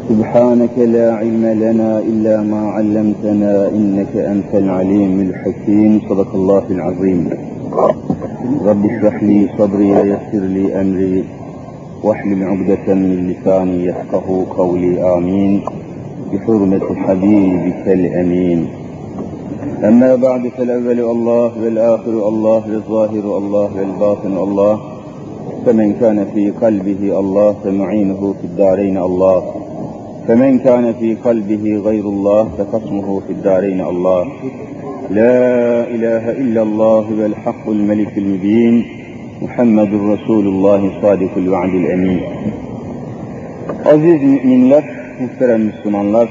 سبحانك لا علم لنا إلا ما علمتنا إنك أنت العليم الحكيم صدق الله العظيم رب اشرح لي صدري ويسر لي أمري واحلل عقدة من لساني يفقه قولي آمين بحرمة حبيبك الأمين أما بعد فالأول الله والآخر الله والظاهر الله والباطن الله فمن كان في قلبه الله فمعينه في الدارين الله فمن كان في قلبه غير الله فخصمه في الدارين الله لا إله إلا الله والحق الملك المبين محمد رسول الله صادق الوعد الأمين. Aziz müminler, muhterem Müslümanlar,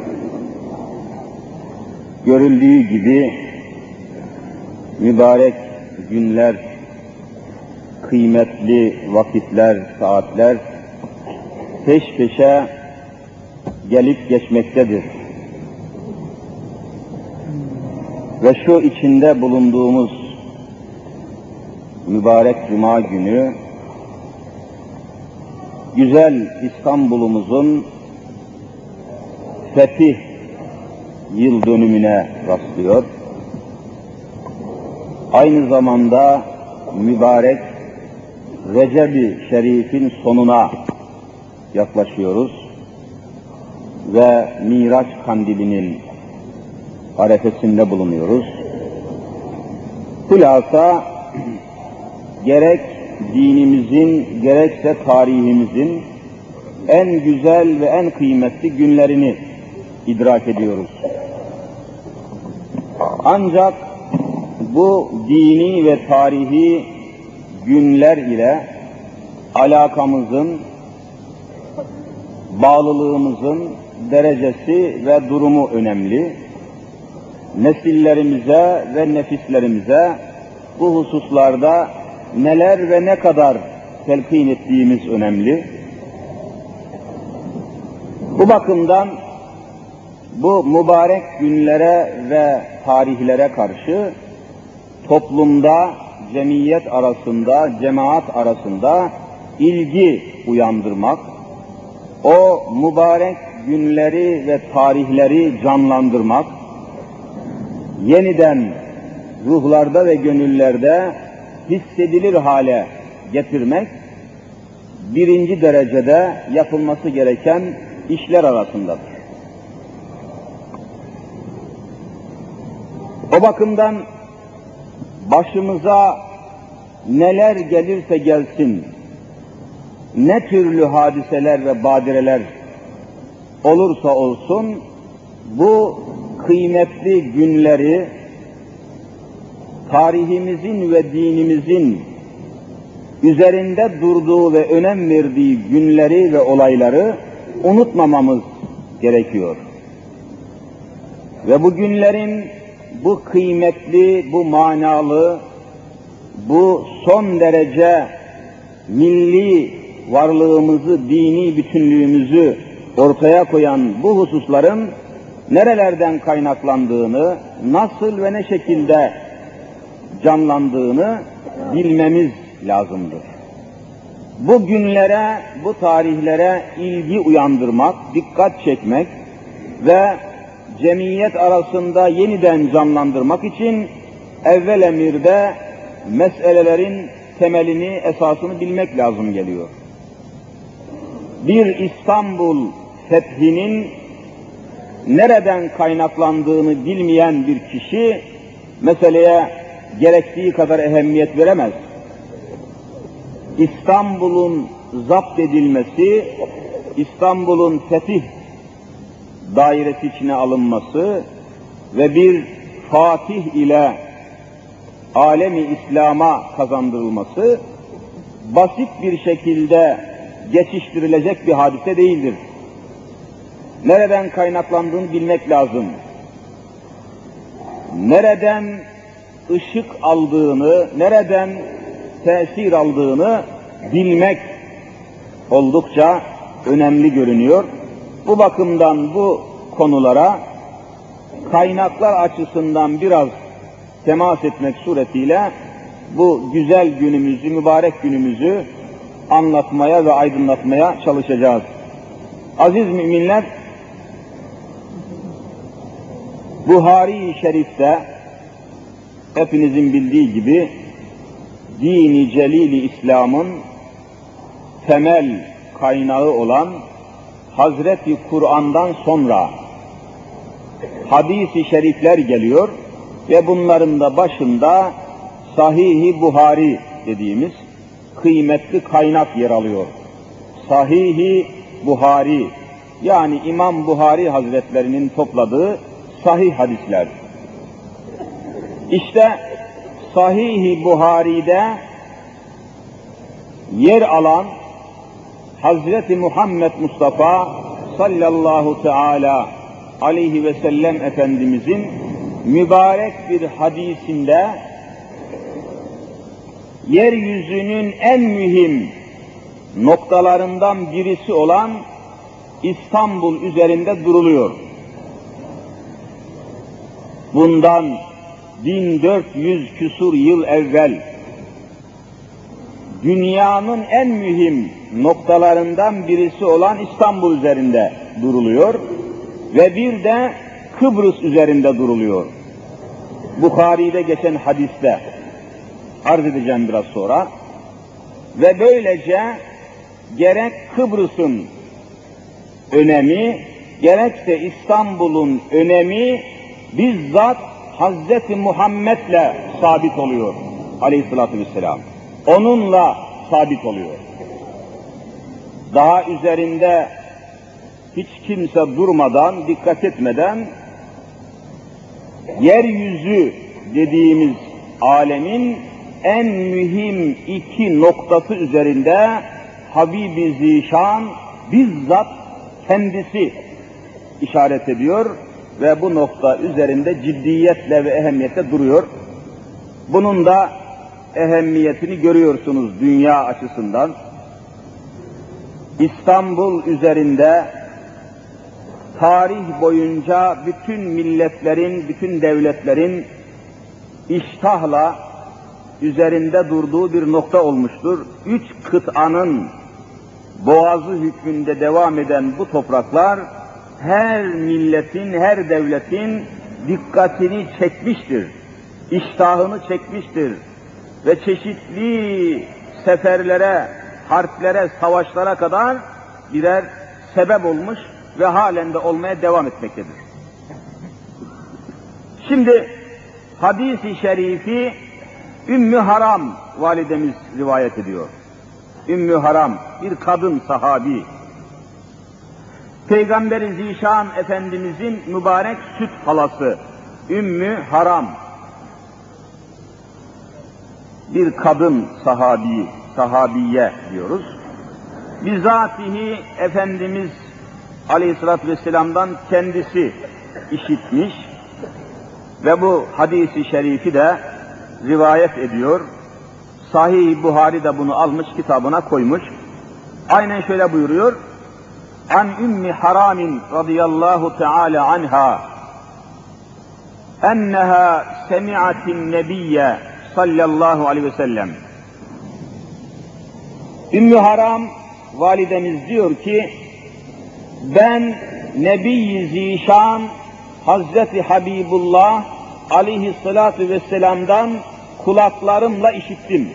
görüldüğü gibi mübarek günler, kıymetli vakitler, saatler peş peşe gelip geçmektedir. Ve şu içinde bulunduğumuz mübarek Cuma günü, güzel İstanbul'umuzun fetih yıl dönümüne rastlıyor. Aynı zamanda mübarek Recep-i Şerif'in sonuna yaklaşıyoruz ve Miraç Kandili'nin arefesinde bulunuyoruz. Hulasa gerek dinimizin gerekse tarihimizin en güzel ve en kıymetli günlerini idrak ediyoruz. Ancak bu dini ve tarihi günler ile alakamızın, bağlılığımızın derecesi ve durumu önemli. Nesillerimize ve nefislerimize bu hususlarda neler ve ne kadar telkin ettiğimiz önemli. Bu bakımdan bu mübarek günlere ve tarihlere karşı toplumda, cemiyet arasında, cemaat arasında ilgi uyandırmak, o mübarek günleri ve tarihleri canlandırmak, yeniden ruhlarda ve gönüllerde hissedilir hale getirmek, birinci derecede yapılması gereken işler arasındadır. O bakımdan başımıza neler gelirse gelsin, ne türlü hadiseler ve badireler olursa olsun, bu kıymetli günleri, tarihimizin ve dinimizin üzerinde durduğu ve önem verdiği günleri ve olayları unutmamamız gerekiyor. Ve bu günlerin bu kıymetli, bu manalı, bu son derece milli varlığımızı, dini bütünlüğümüzü ortaya koyan bu hususların nerelerden kaynaklandığını, nasıl ve ne şekilde canlandığını bilmemiz lazımdır. Bu günlere, bu tarihlere ilgi uyandırmak, dikkat çekmek ve cemiyet arasında yeniden canlandırmak için evvel emirde meselelerin temelini, esasını bilmek lazım geliyor. Bir İstanbul fethinin nereden kaynaklandığını bilmeyen bir kişi meseleye gerektiği kadar ehemmiyet veremez. İstanbul'un zapt edilmesi, İstanbul'un fetih dairesi içine alınması ve bir Fatih ile alemi İslam'a kazandırılması basit bir şekilde geçiştirilecek bir hadise değildir. Nereden kaynaklandığını bilmek lazım. Nereden ışık aldığını, nereden tesir aldığını bilmek oldukça önemli görünüyor. Bu bakımdan bu konulara kaynaklar açısından biraz temas etmek suretiyle bu güzel günümüzü, mübarek günümüzü anlatmaya ve aydınlatmaya çalışacağız. Aziz müminler, Buhari-i Şerif'te hepinizin bildiği gibi dini celil-i İslam'ın temel kaynağı olan Hazreti Kur'an'dan sonra hadis-i şerifler geliyor ve bunların da başında Sahih-i Buhari dediğimiz kıymetli kaynak yer alıyor. Sahih-i Buhari, yani İmam Buhari Hazretlerinin topladığı sahih hadisler. İşte Sahih-i Buhari'de yer alan Hazreti Muhammed Mustafa sallallahu teala aleyhi ve sellem Efendimizin mübarek bir hadisinde yeryüzünün en mühim noktalarından birisi olan İstanbul üzerinde duruluyor. Bundan 1400 küsur yıl evvel dünyanın en mühim noktalarından birisi olan İstanbul üzerinde duruluyor ve bir de Kıbrıs üzerinde duruluyor. Bukhari'de geçen hadiste arz edeceğim biraz sonra. Ve böylece gerek Kıbrıs'ın önemi, gerekse İstanbul'un önemi bizzat Hazreti Muhammed'le sabit oluyor aleyhissalatü vesselam. Onunla sabit oluyor. Daha üzerinde hiç kimse durmadan, dikkat etmeden yeryüzü dediğimiz alemin en mühim iki noktası üzerinde Habibi Zişan bizzat kendisi işaret ediyor ve bu nokta üzerinde ciddiyetle ve ehemmiyetle duruyor. Bunun da ehemmiyetini görüyorsunuz dünya açısından. İstanbul üzerinde tarih boyunca bütün milletlerin, bütün devletlerin iştahla üzerinde durduğu bir nokta olmuştur. 3 kıtanın boğazı hükmünde devam eden bu topraklar her milletin, her devletin dikkatini çekmiştir. İştahını çekmiştir ve çeşitli seferlere, harplere, savaşlara kadar birer sebep olmuş ve halen de olmaya devam etmektedir. Şimdi hadis-i şerifi Ümmü Haram validemiz rivayet ediyor. Ümmü Haram bir kadın sahabi. Peygamber-i Zişan Efendimizin mübarek süt halası Ümmü Haram. Bir kadın sahabi, sahabiye diyoruz. Bizatihi Efendimiz Aleyhisselatü Vesselam'dan kendisi işitmiş ve bu hadisi şerifi de rivayet ediyor. Sahih-i Buhari de bunu almış, kitabına koymuş. Aynen şöyle buyuruyor. An Ümmi Haramin radıyallahu teala anha enneha semi'atin nebiyye sallallahu aleyhi ve sellem. Ümmü Haram validemiz diyor ki, ben Nebi-i Zişan Hazreti Habibullah aleyhissalatu vesselam'dan kulaklarımla işittim.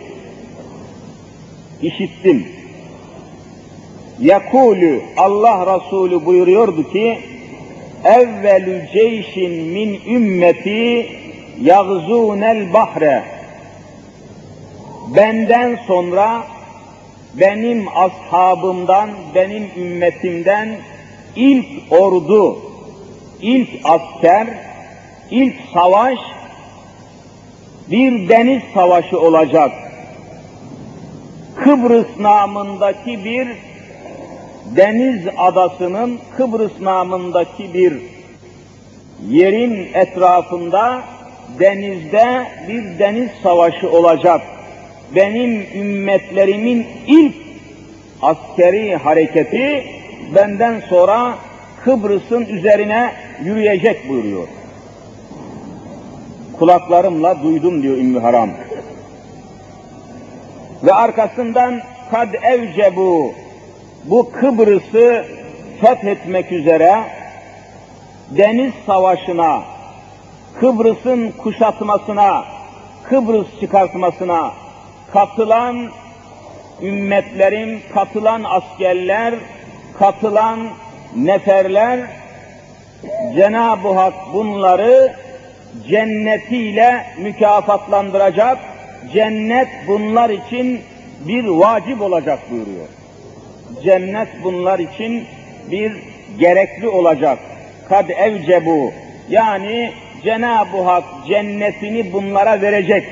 İşittim. Yekulü, Allah Resulü buyuruyordu ki, evvelü ceyşin min ümmeti yagzûnel bahre. Benden sonra benim ashabımdan, benim ümmetimden ilk ordu, ilk asker, ilk savaş bir deniz savaşı olacak. Kıbrıs namındaki bir deniz adasının, Kıbrıs namındaki bir yerin etrafında denizde bir deniz savaşı olacak. Benim ümmetlerimin ilk askeri hareketi benden sonra Kıbrıs'ın üzerine yürüyecek buyuruyor. Kulaklarımla duydum diyor Ümmü Haram. Ve arkasından kad evcebu, bu Kıbrıs'ı fethetmek üzere deniz savaşına, Kıbrıs'ın kuşatmasına, Kıbrıs çıkartmasına katılan ümmetlerin, katılan askerler, katılan neferler, Cenab-ı Hak bunları cennetiyle mükafatlandıracak, cennet bunlar için bir vacip olacak buyuruyor. Cennet bunlar için bir gerekli olacak. Kad evcebu, yani Cenab-ı Hak cennetini bunlara verecek.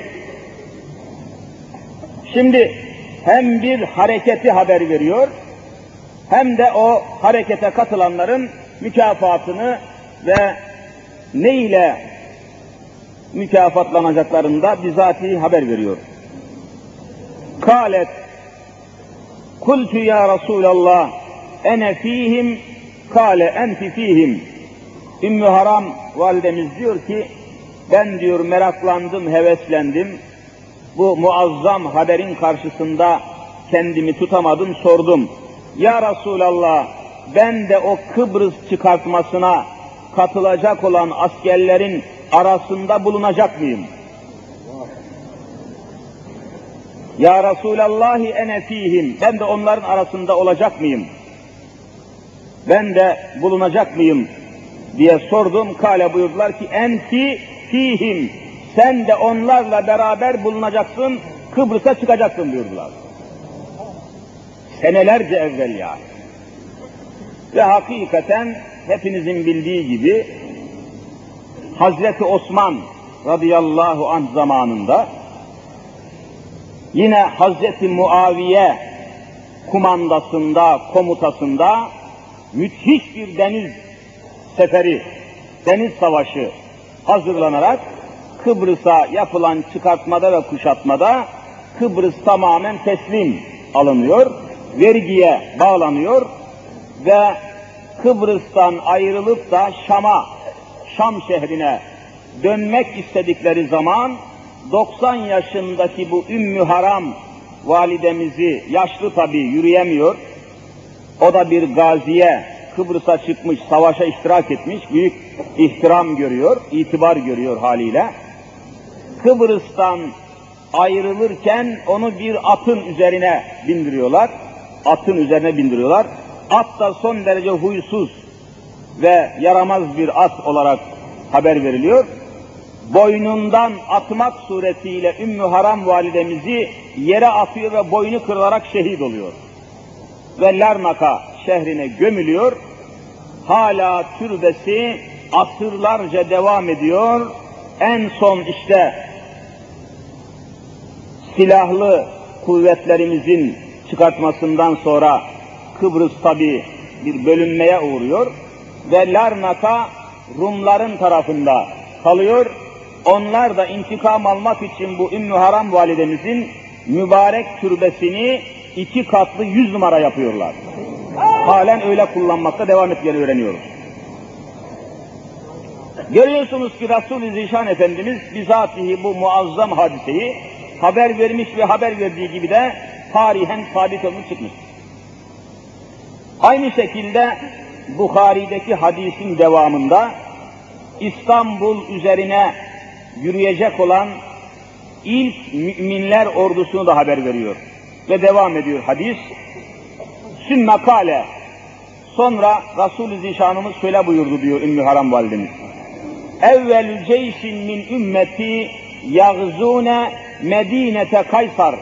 Şimdi hem bir hareketi haber veriyor, hem de o harekete katılanların mükafatını ve ne ile mükafatlanacaklarını da bizatihi haber veriyor. Kâlet, kultu ya Resulallah, ene fîhim, kâle enti fîhim. Ümmü Haram validemiz diyor ki, ben diyor meraklandım, heveslendim. Bu muazzam haberin karşısında kendimi tutamadım, sordum. Ya Resulallah, ben de o Kıbrıs çıkartmasına katılacak olan askerlerin arasında bulunacak mıyım? Ya Resulallahi ene fîhim, ben de onların arasında olacak mıyım? Ben de bulunacak mıyım diye sordum. Kâle buyurdular ki enti fîhim, sen de onlarla beraber bulunacaksın, Kıbrıs'a çıkacaksın buyurdular. Senelerce evvel yani. Ve hakikaten hepinizin bildiği gibi Hazreti Osman radıyallahu anh zamanında yine Hazreti Muaviye kumandasında, komutasında müthiş bir deniz seferi, deniz savaşı hazırlanarak Kıbrıs'a yapılan çıkartmada ve kuşatmada Kıbrıs tamamen teslim alınıyor, vergiye bağlanıyor ve Kıbrıs'tan ayrılıp da Şam şehrine dönmek istedikleri zaman 90 yaşındaki bu Ümmü Haram validemizi, yaşlı tabii yürüyemiyor, o da bir gaziye, Kıbrıs'a çıkmış, savaşa iştirak etmiş, büyük ihtiram görüyor, itibar görüyor haliyle. Kıbrıs'tan ayrılırken onu bir atın üzerine bindiriyorlar. At da son derece huysuz ve yaramaz bir at olarak haber veriliyor. Boynundan atmak suretiyle Ümmü Haram validemizi yere atıyor ve boynu kırılarak şehit oluyor. Ve Larnaka şehrine gömülüyor. Hala türbesi asırlarca devam ediyor. En son işte silahlı kuvvetlerimizin çıkartmasından sonra Kıbrıs tabi bir bölünmeye uğruyor ve Larnaka Rumların tarafında kalıyor. Onlar da intikam almak için bu Ümmü Haram validemizin mübarek türbesini 2 katlı 100 numara yapıyorlar. Halen öyle kullanmakta devam ettiğini öğreniyoruz. Görüyorsunuz ki Resul-i Zişan Efendimiz bizatihi bu muazzam hadiseyi haber vermiş ve haber verdiği gibi de tarihen sabit olmuş çıkmış. Aynı şekilde Bukhari'deki hadisin devamında İstanbul üzerine yürüyecek olan ilk müminler ordusunu da haber veriyor. Ve devam ediyor hadis. Sümme kâle, sonra Resul-i Zişanımız şöyle buyurdu diyor Ümmü Haram validemiz. Evvelü ceyşin min ümmeti yagzûne medînete Kaysar.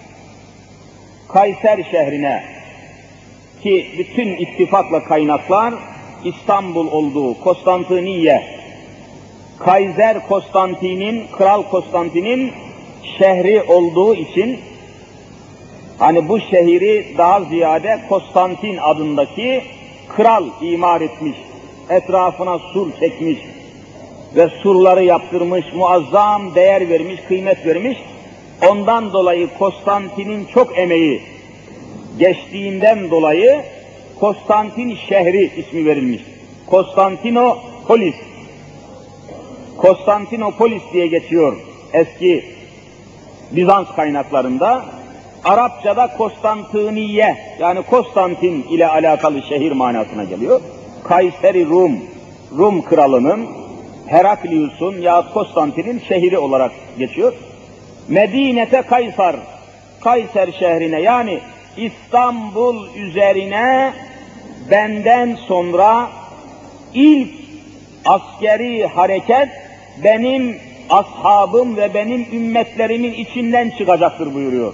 Kayser şehrine, ki bütün ittifakla kaynaklar İstanbul olduğu Konstantiniye, Kaiser Konstantin'in, Kral Konstantin'in şehri olduğu için hani bu şehri daha ziyade Konstantin adındaki kral imar etmiş, etrafına sur çekmiş ve surları yaptırmış, muazzam değer vermiş, kıymet vermiş. Ondan dolayı Konstantin'in çok emeği geçtiğinden dolayı Konstantin şehri ismi verilmiş. Konstantinopolis. Konstantinopolis diye geçiyor eski Bizans kaynaklarında. Arapçada Konstantiniye, yani Konstantin ile alakalı şehir manasına geliyor. Kayseri Rum, Rum kralının, Heraklius'un ya Konstantin'in şehri olarak geçiyor. Medinete Kaysar, Kayser şehrine, yani İstanbul üzerine benden sonra ilk askeri hareket benim ashabım ve benim ümmetlerimin içinden çıkacaktır buyuruyor.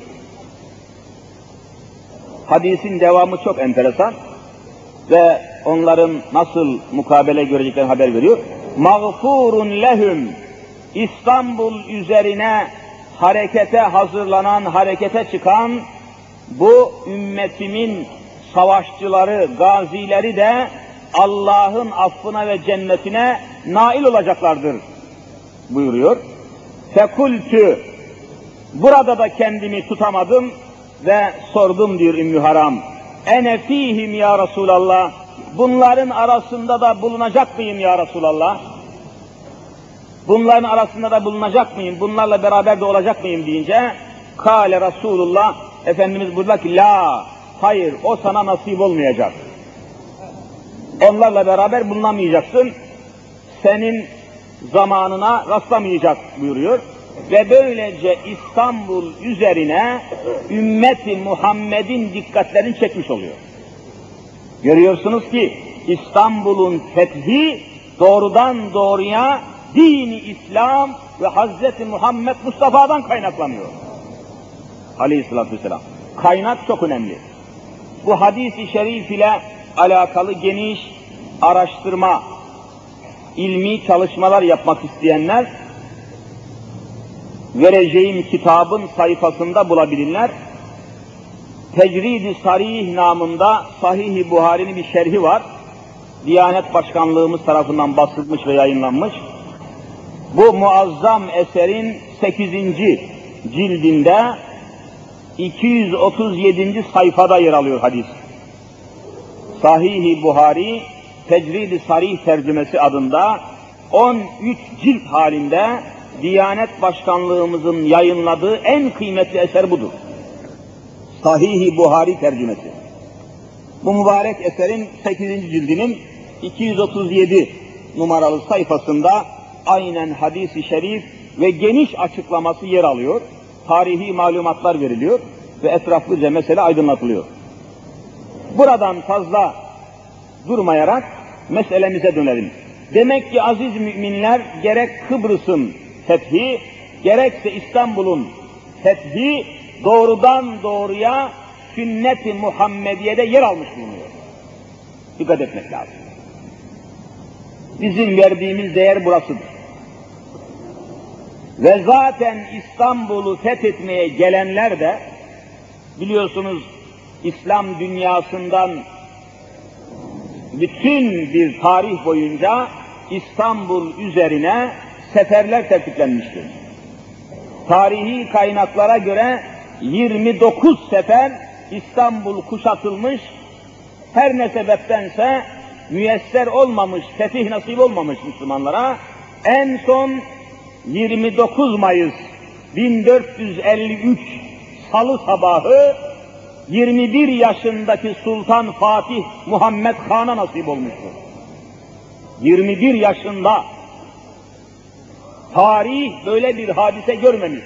Hadisin devamı çok enteresan ve onların nasıl mukabele göreceklerini haber veriyor. Mağfurun lehum, İstanbul üzerine harekete hazırlanan, harekete çıkan bu ümmetimin savaşçıları, gazileri de Allah'ın affına ve cennetine nail olacaklardır buyuruyor. Fekultü, burada da kendimi tutamadım ve sordum diyor Ümmü Haram. Ene fihim ya Resulallah, bunların arasında da bulunacak mıyım ya Resulallah? Bunların arasında da bulunacak mıyım? Bunlarla beraber de olacak mıyım deyince Kâle Resulullah, Efendimiz buyurdular ki la, hayır, o sana nasip olmayacak. Onlarla beraber bulunamayacaksın, senin zamanına rastlamayacak buyuruyor. Ve böylece İstanbul üzerine ümmeti Muhammed'in dikkatlerini çekmiş oluyor. Görüyorsunuz ki İstanbul'un fethi doğrudan doğruya dini İslam ve Hazreti Muhammed Mustafa'dan kaynaklanıyor. Aleyhisselatü vesselam. Kaynak çok önemli. Bu hadis-i şerif ile alakalı geniş araştırma, ilmi çalışmalar yapmak isteyenler vereceğim kitabın sayfasında bulabilirler. Tecrid-i Sarih namında Sahih-i Buhari'nin bir şerhi var. Diyanet Başkanlığımız tarafından basılmış ve yayınlanmış. Bu muazzam eserin 8. cildinde 237. sayfada yer alıyor hadis. Sahih-i Buhari Tecrid-i Sarih tercümesi adında 13 cilt halinde Diyanet Başkanlığımızın yayınladığı en kıymetli eser budur. Sahih-i Buhari tercümesi. Bu mübarek eserin 8. cildinin 237 numaralı sayfasında aynen hadis-i şerif ve geniş açıklaması yer alıyor. Tarihi malumatlar veriliyor ve etraflıca mesele aydınlatılıyor. Buradan fazla durmayarak meselemize dönelim. Demek ki aziz müminler, gerek Kıbrıs'ın fethi, gerekse İstanbul'un fethi doğrudan doğruya sünnet-i Muhammediye'de yer almış bulunuyor. Dikkat etmek lazım. Bizim verdiğimiz değer burasıdır. Ve zaten İstanbul'u fethetmeye gelenler de biliyorsunuz İslam dünyasından bütün bir tarih boyunca İstanbul üzerine seferler tertiplenmiştir. Tarihi kaynaklara göre 29 sefer İstanbul kuşatılmış, her ne sebeptense müyesser olmamış, fetih nasip olmamış Müslümanlara. En son 29 Mayıs 1453 Salı sabahı 21 yaşındaki Sultan Fatih Muhammed Han'a nasip olmuştur. 21 yaşında. Tarih böyle bir hadise görmemiş.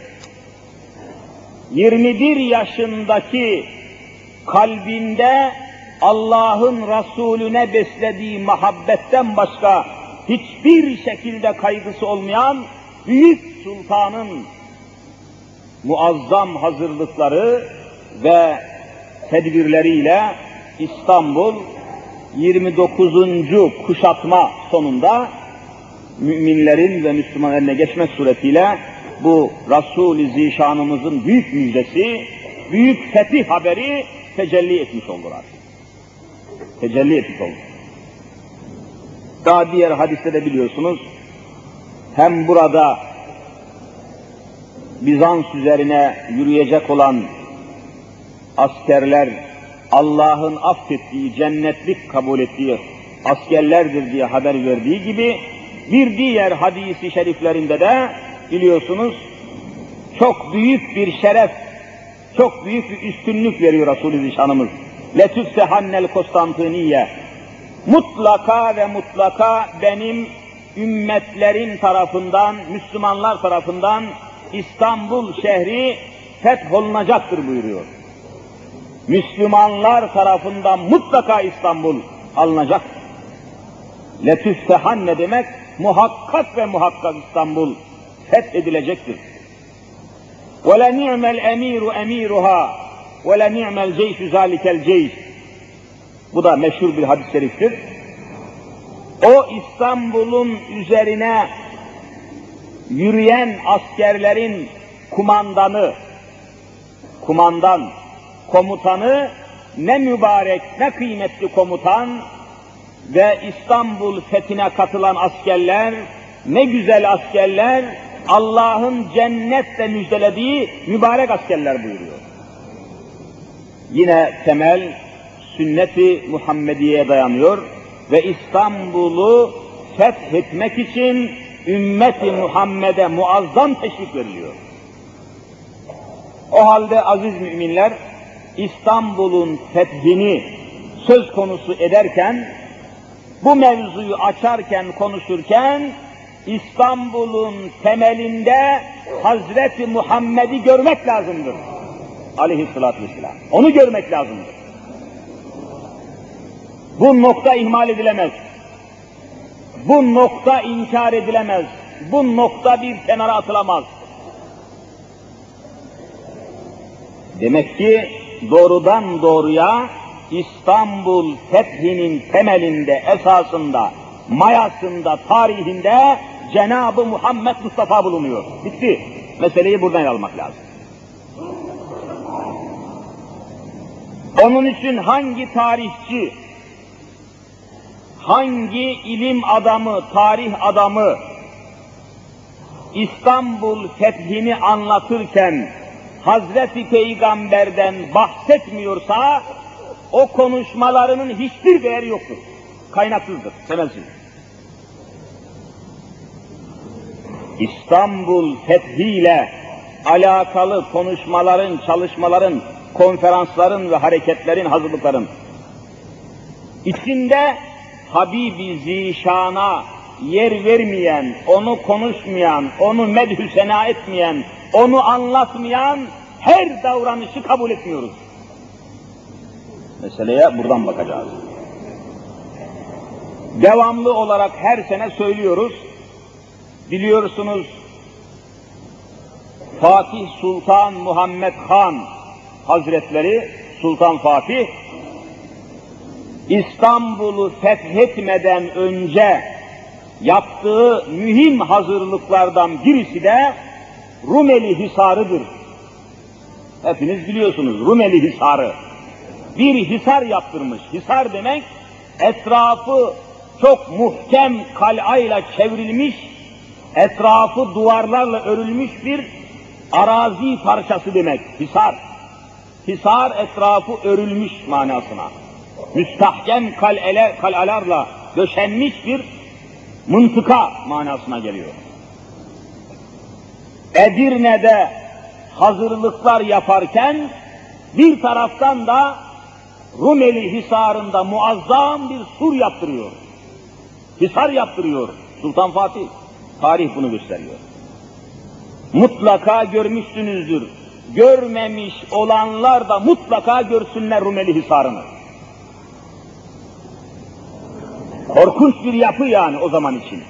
21 yaşındaki kalbinde Allah'ın Resulüne beslediği muhabbetten başka hiçbir şekilde kaygısı olmayan büyük sultanın muazzam hazırlıkları ve tedbirleriyle İstanbul 29. kuşatma sonunda müminlerin ve Müslüman eline geçmek suretiyle bu Resul-i Zişanımızın büyük müjdesi, büyük fetih haberi tecelli etmiş oldular. Tecelli etmiş oldu. Daha diğer hadiste de biliyorsunuz, hem burada Bizans üzerine yürüyecek olan askerler Allah'ın affettiği, cennetlik kabul ettiği askerlerdir diye haber verdiği gibi, bir diğer hadisi şeriflerinde de biliyorsunuz çok büyük bir şeref çok büyük bir üstünlük veriyor Resul-i Zişanımız. Letüffehannel Konstantiniye. Mutlaka ve mutlaka benim ümmetlerin tarafından, Müslümanlar tarafından İstanbul şehri fetholunacaktır buyuruyor. Müslümanlar tarafından mutlaka İstanbul alınacak. Letüffehanne demek muhakkak ve muhakkak İstanbul fethedilecektir. وَلَنِعْمَ الْاَم۪يرُ اَم۪يرُهَا وَلَنِعْمَ الْجَيْشُ ذَٰلِكَ الْجَيْشِ. Bu da meşhur bir hadis-i şeriftir. O İstanbul'un üzerine yürüyen askerlerin komutanı ne mübarek, ne kıymetli komutan ve İstanbul fethine katılan askerler, ne güzel askerler, Allah'ın cennetle müjdelediği mübarek askerler buyuruyor. Yine temel sünnet-i Muhammediye'ye dayanıyor ve İstanbul'u fethetmek için ümmet-i Muhammed'e muazzam teşvik veriliyor. O halde aziz müminler, İstanbul'un fethini söz konusu ederken, bu mevzuyu açarken, konuşurken, İstanbul'un temelinde Hazreti Muhammed'i görmek lazımdır. Aleyhissalatü vesselam. Onu görmek lazımdır. Bu nokta ihmal edilemez. Bu nokta inkar edilemez. Bu nokta bir kenara atılamaz. Demek ki doğrudan doğruya İstanbul fethinin temelinde, esasında, mayasında, tarihinde Cenab-ı Muhammed Mustafa bulunuyor. Bitti. Meseleyi buradan almak lazım. Onun için hangi tarihçi, hangi ilim adamı, tarih adamı İstanbul fethini anlatırken Hazreti Peygamber'den bahsetmiyorsa o konuşmalarının hiçbir değeri yoktur. Kaynaksızdır, temelsiz. İstanbul fethiyle alakalı konuşmaların, çalışmaların, konferansların ve hareketlerin, hazırlıkların içinde Habibi Zişan'a yer vermeyen, onu konuşmayan, onu medhü sena etmeyen, onu anlatmayan her davranışı kabul etmiyoruz. Meseleye buradan bakacağız. Devamlı olarak her sene söylüyoruz. Biliyorsunuz Fatih Sultan Muhammed Han Hazretleri, Sultan Fatih, İstanbul'u fethetmeden önce yaptığı mühim hazırlıklardan birisi de Rumeli Hisarı'dır. Hepiniz biliyorsunuz Rumeli Hisarı. Bir hisar yaptırmış. Hisar demek etrafı çok muhkem kal'ayla çevrilmiş, etrafı duvarlarla örülmüş bir arazi parçası demek. Hisar. Hisar etrafı örülmüş manasına. Müstahkem kal'alarla döşenmiş bir mıntıka manasına geliyor. Edirne'de hazırlıklar yaparken bir taraftan da Rumeli Hisarı'nda muazzam bir sur yaptırıyor. Hisar yaptırıyor Sultan Fatih. Tarih bunu gösteriyor. Mutlaka görmüşsünüzdür. Görmemiş olanlar da mutlaka görsünler Rumeli Hisarı'nı. Korkunç bir yapı yani o zaman için.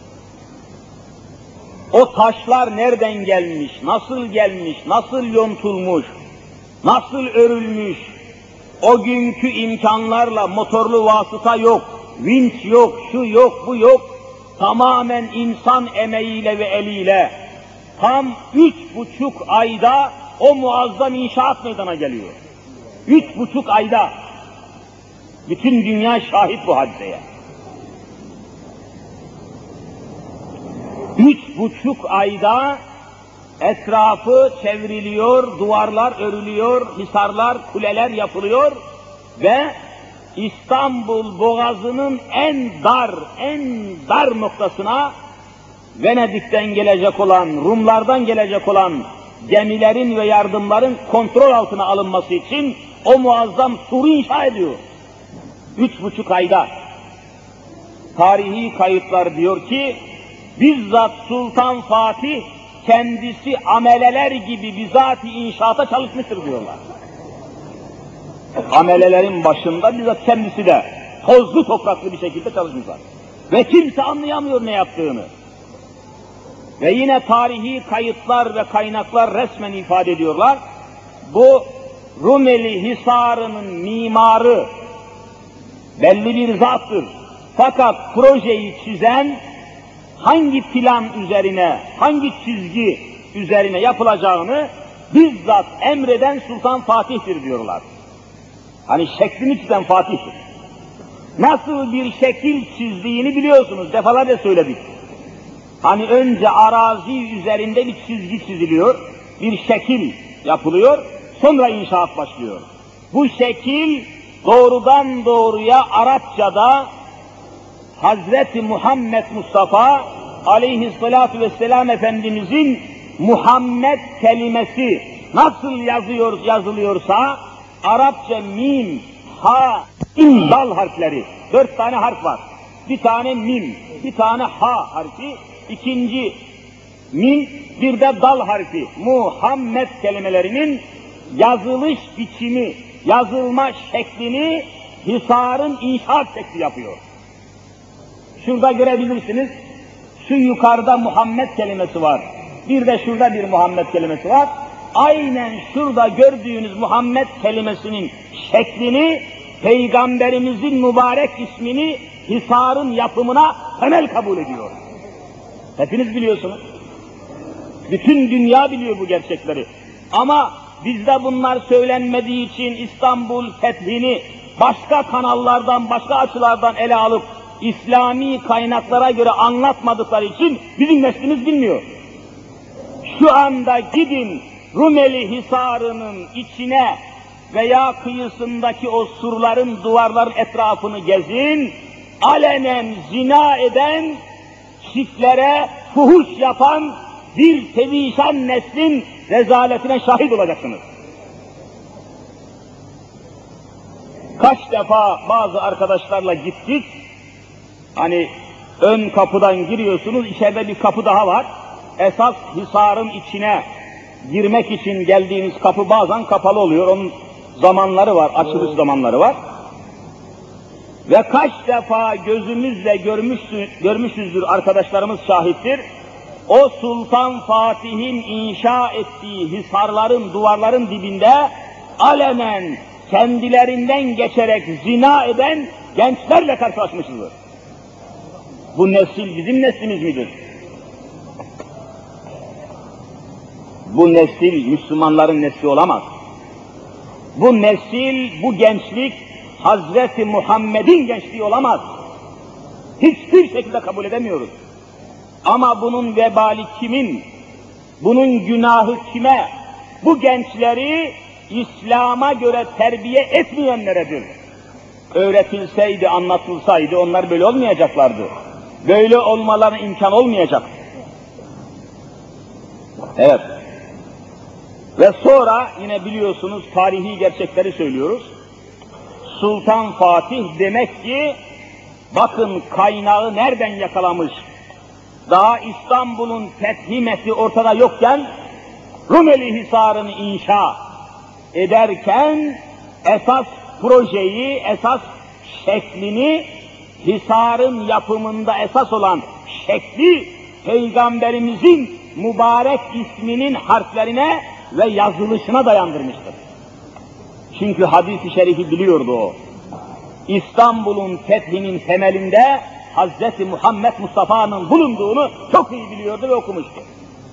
O taşlar nereden gelmiş, nasıl yontulmuş, nasıl örülmüş, o günkü imkanlarla motorlu vasıta yok, vinç yok, şu yok, bu yok, tamamen insan emeğiyle ve eliyle, tam 3,5 ayda o muazzam inşaat meydana geliyor. 3,5 ayda, bütün dünya şahit bu hadiseye. 3,5 ayda etrafı çevriliyor, duvarlar örülüyor, hisarlar, kuleler yapılıyor ve İstanbul Boğazı'nın en dar noktasına Venedik'ten gelecek olan, Rumlardan gelecek olan gemilerin ve yardımların kontrol altına alınması için o muazzam suru inşa ediyor. 3,5 ayda. Tarihi kayıtlar diyor ki, bizzat Sultan Fatih kendisi ameleler gibi bizatihi inşaata çalışmıştır diyorlar. Amelelerin başında bizzat kendisi de tozlu topraklı bir şekilde çalışmışlar. Ve kimse anlayamıyor ne yaptığını. Ve yine tarihi kayıtlar ve kaynaklar resmen ifade ediyorlar. Bu Rumeli Hisarı'nın mimarı belli bir zattır. Fakat projeyi çizen hangi plan üzerine, hangi çizgi üzerine yapılacağını bizzat emreden Sultan Fatih'tir diyorlar. Hani şeklini çizen Fatih'tir. Nasıl bir şekil çizdiğini biliyorsunuz, defalarca söyledik. Hani önce arazi üzerinde bir çizgi çiziliyor, bir şekil yapılıyor, sonra inşaat başlıyor. Bu şekil doğrudan doğruya Arapçada Hazreti Muhammed Mustafa aleyhissalatu vesselam Efendimizin Muhammed kelimesi nasıl yazılıyorsa Arapça mim, ha, dal harfleri, 4 tane harf var. Bir tane mim, bir tane ha harfi, ikinci mim, bir de dal harfi. Muhammed kelimelerinin yazılış biçimi, yazılma şeklini Hisar'ın inşaat şekli yapıyor. Şurada görebilirsiniz, şu yukarıda Muhammed kelimesi var. Bir de şurada bir Muhammed kelimesi var. Aynen şurada gördüğünüz Muhammed kelimesinin şeklini, Peygamberimizin mübarek ismini Hisar'ın yapımına temel kabul ediyor. Hepiniz biliyorsunuz. Bütün dünya biliyor bu gerçekleri. Ama bizde bunlar söylenmediği için İstanbul fethini başka kanallardan, başka açılardan ele alıp İslami kaynaklara göre anlatmadıkları için bizim neslimiz bilmiyor. Şu anda gidin Rumeli Hisarı'nın içine veya kıyısındaki o surların, duvarların etrafını gezin, alenen zina eden, çiftlere fuhuş yapan bir perişan neslin rezaletine şahit olacaksınız. Kaç defa bazı arkadaşlarla gittik, hani ön kapıdan giriyorsunuz, içeride bir kapı daha var. Esas Hisar'ın içine girmek için geldiğiniz kapı bazen kapalı oluyor, onun zamanları var, açılış zamanları var. Ve kaç defa gözümüzle görmüşüzdür, arkadaşlarımız şahittir. O Sultan Fatih'in inşa ettiği hisarların, duvarların dibinde alenen kendilerinden geçerek zina eden gençlerle karşılaşmışızdır. Bu nesil bizim neslimiz midir? Bu nesil Müslümanların nesli olamaz. Bu nesil, bu gençlik Hazreti Muhammed'in gençliği olamaz. Hiçbir şekilde kabul edemiyoruz. Ama bunun vebali kimin? Bunun günahı kime? Bu gençleri İslam'a göre terbiye etmeyenleredir. Öğretilseydi, anlatılsaydı onlar böyle olmayacaklardı. Böyle olmalarına imkan olmayacak. Evet. Ve sonra yine biliyorsunuz tarihi gerçekleri söylüyoruz. Sultan Fatih demek ki bakın kaynağı nereden yakalamış? Daha İstanbul'un fethi methi ortada yokken Rumeli Hisarı'nı inşa ederken esas projeyi, esas şeklini, Hisar'ın yapımında esas olan şekli Peygamberimizin mübarek isminin harflerine ve yazılışına dayandırmıştır. Çünkü hadis-i şerifi biliyordu o. İstanbul'un fethinin temelinde Hazreti Muhammed Mustafa'nın bulunduğunu çok iyi biliyordu ve okumuştu.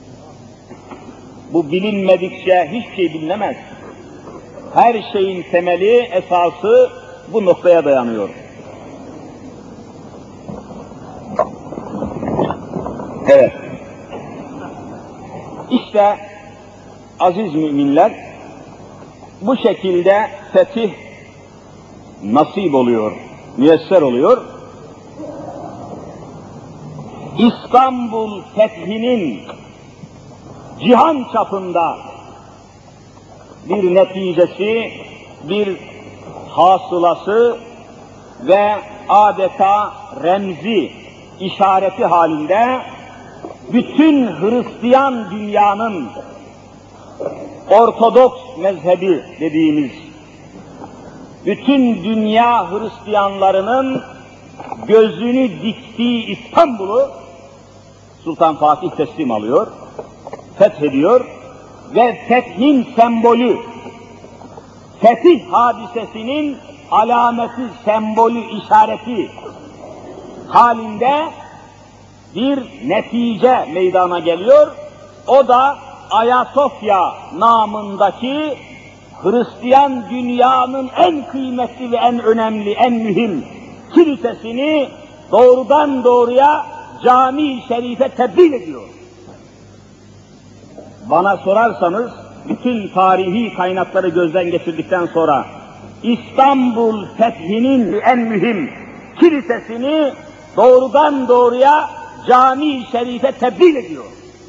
Bu bilinmedikçe hiçbir şey bilinemez. Her şeyin temeli, esası bu noktaya dayanıyor. Evet. İşte aziz müminler, bu şekilde fetih nasip oluyor, müyesser oluyor. İstanbul fethinin cihan çapında bir neticesi, bir hasılası ve adeta remzi, işareti halinde bütün Hristiyan dünyanın Ortodoks mezhebi dediğimiz, bütün dünya Hristiyanlarının gözünü diktiği İstanbul'u Sultan Fatih teslim alıyor, fethediyor ve fethin sembolü, fetih hadisesinin alameti, sembolü, işareti halinde bir netice meydana geliyor. O da Ayasofya namındaki Hristiyan dünyanın en kıymetli ve en önemli, en mühim kilisesini doğrudan doğruya cami-i şerife tebdil ediyor. Bana sorarsanız, bütün tarihi kaynakları gözden geçirdikten sonra İstanbul fethinin en mühim kilisesini doğrudan doğruya cami-i şerife tebdil ediyor.